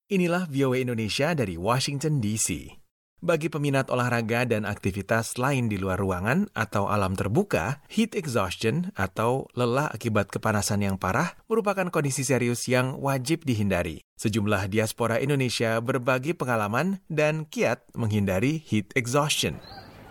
Inilah VOA Indonesia dari Washington DC. Bagi peminat olahraga dan aktivitas lain di luar ruangan atau alam terbuka, heat exhaustion atau lelah akibat kepanasan yang parah merupakan kondisi serius yang wajib dihindari. Sejumlah diaspora Indonesia berbagi pengalaman dan kiat menghindari heat exhaustion.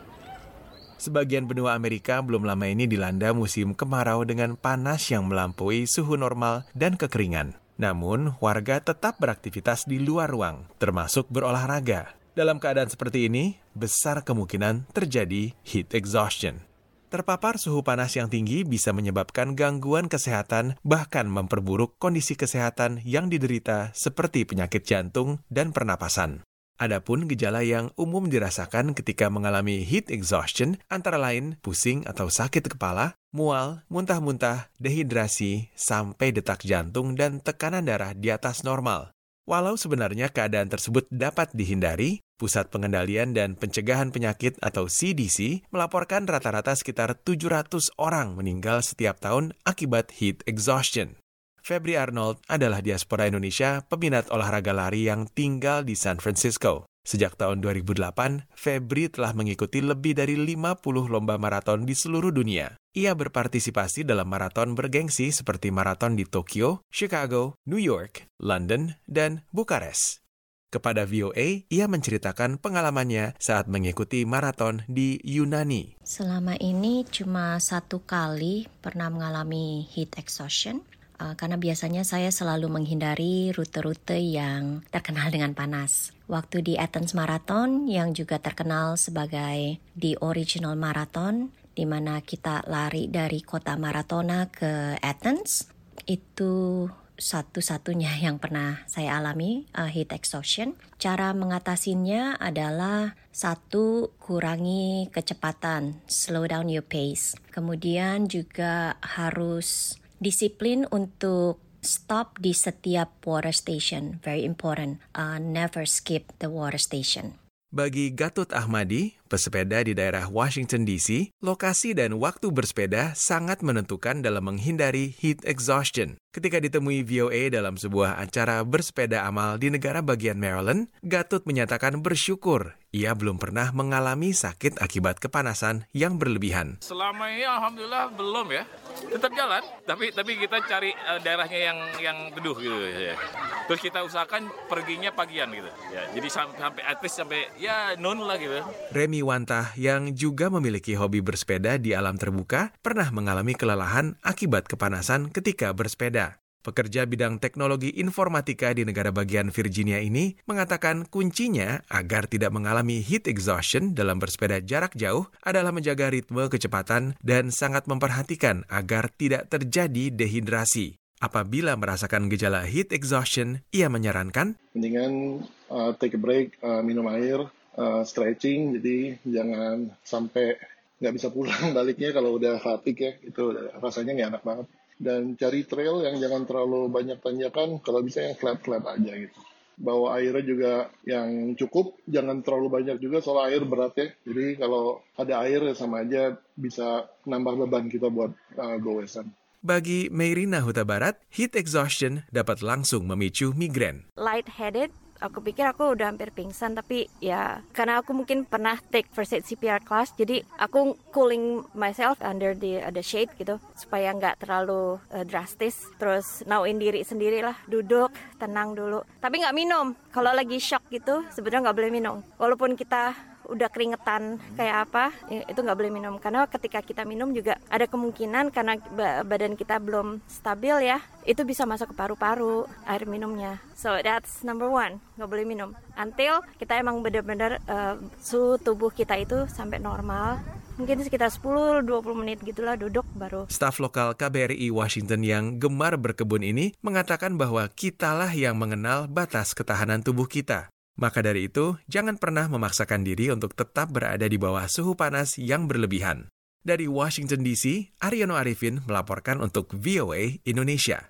Sebagian benua Amerika belum lama ini dilanda musim kemarau dengan panas yang melampaui suhu normal dan kekeringan. Namun, warga tetap beraktivitas di luar ruang, termasuk berolahraga. Dalam keadaan seperti ini, besar kemungkinan terjadi heat exhaustion. Terpapar suhu panas yang tinggi bisa menyebabkan gangguan kesehatan, bahkan memperburuk kondisi kesehatan yang diderita seperti penyakit jantung dan pernapasan. Adapun gejala yang umum dirasakan ketika mengalami heat exhaustion antara lain pusing atau sakit kepala, mual, muntah-muntah, dehidrasi, sampai detak jantung dan tekanan darah di atas normal. Walau sebenarnya keadaan tersebut dapat dihindari, Pusat Pengendalian dan Pencegahan Penyakit atau CDC melaporkan rata-rata sekitar 700 orang meninggal setiap tahun akibat heat exhaustion. Febri Arnold adalah diaspora Indonesia peminat olahraga lari yang tinggal di San Francisco. Sejak tahun 2008, Febri telah mengikuti lebih dari 50 lomba maraton di seluruh dunia. Ia berpartisipasi dalam maraton bergengsi seperti maraton di Tokyo, Chicago, New York, London, dan Bukares. Kepada VOA, ia menceritakan pengalamannya saat mengikuti maraton di Yunani. Selama ini cuma 1 kali pernah mengalami heat exhaustion. Karena biasanya saya selalu menghindari rute-rute yang terkenal dengan panas. Waktu di Athens Marathon yang juga terkenal sebagai The Original Marathon, di mana kita lari dari kota Maratona ke Athens, itu satu-satunya yang pernah saya alami heat exhaustion. Cara mengatasinya adalah 1, kurangi kecepatan, slow down your pace. Kemudian juga harus disiplin untuk stop di setiap water station, very important. Never skip the water station. Bagi Gatot Ahmadi, pesepeda di daerah Washington DC, lokasi dan waktu bersepeda sangat menentukan dalam menghindari heat exhaustion. Ketika ditemui VOA dalam sebuah acara bersepeda amal di negara bagian Maryland, Gatot menyatakan bersyukur ia belum pernah mengalami sakit akibat kepanasan yang berlebihan. Selama ini alhamdulillah belum ya. Tetap jalan, tapi kita cari daerahnya yang teduh gitu ya. Terus kita usahakan perginya pagian gitu. Ya, jadi sampai at least sampai ya noon lah gitu. Remy Wantah yang juga memiliki hobi bersepeda di alam terbuka pernah mengalami kelelahan akibat kepanasan ketika bersepeda. Pekerja bidang teknologi informatika di negara bagian Virginia ini mengatakan kuncinya agar tidak mengalami heat exhaustion dalam bersepeda jarak jauh adalah menjaga ritme kecepatan dan sangat memperhatikan agar tidak terjadi dehidrasi. Apabila merasakan gejala heat exhaustion, ia menyarankan mendingan take a break, minum air, stretching, jadi jangan sampai nggak bisa pulang baliknya kalau udah fatigue ya, itu rasanya nggak enak banget. Dan cari trail yang jangan terlalu banyak tanjakan, kalau bisa yang flat-flat aja gitu. Bawa airnya juga yang cukup, jangan terlalu banyak juga soal air berat ya. Jadi kalau ada air sama aja bisa nambah beban kita buat goesan. Bagi Meirina Huta Barat, heat exhaustion dapat langsung memicu migrain. Lightheaded, aku pikir aku udah hampir pingsan, tapi ya karena aku mungkin pernah take first aid CPR class, jadi aku cooling myself under the shade gitu supaya nggak terlalu drastis. Terus nauin diri sendiri lah, duduk tenang dulu, tapi nggak minum. Kalau lagi shock gitu sebenarnya nggak boleh minum, walaupun kita udah keringetan kayak apa, itu nggak boleh minum. Karena ketika kita minum juga ada kemungkinan karena badan kita belum stabil ya, itu bisa masuk ke paru-paru air minumnya. So that's number 1, nggak boleh minum. Until kita emang benar-benar suhu tubuh kita itu sampai normal. Mungkin sekitar 10-20 menit gitulah duduk baru. Staf lokal KBRI Washington yang gemar berkebun ini mengatakan bahwa kitalah yang mengenal batas ketahanan tubuh kita. Maka dari itu, jangan pernah memaksakan diri untuk tetap berada di bawah suhu panas yang berlebihan. Dari Washington DC, Aryono Arifin melaporkan untuk VOA Indonesia.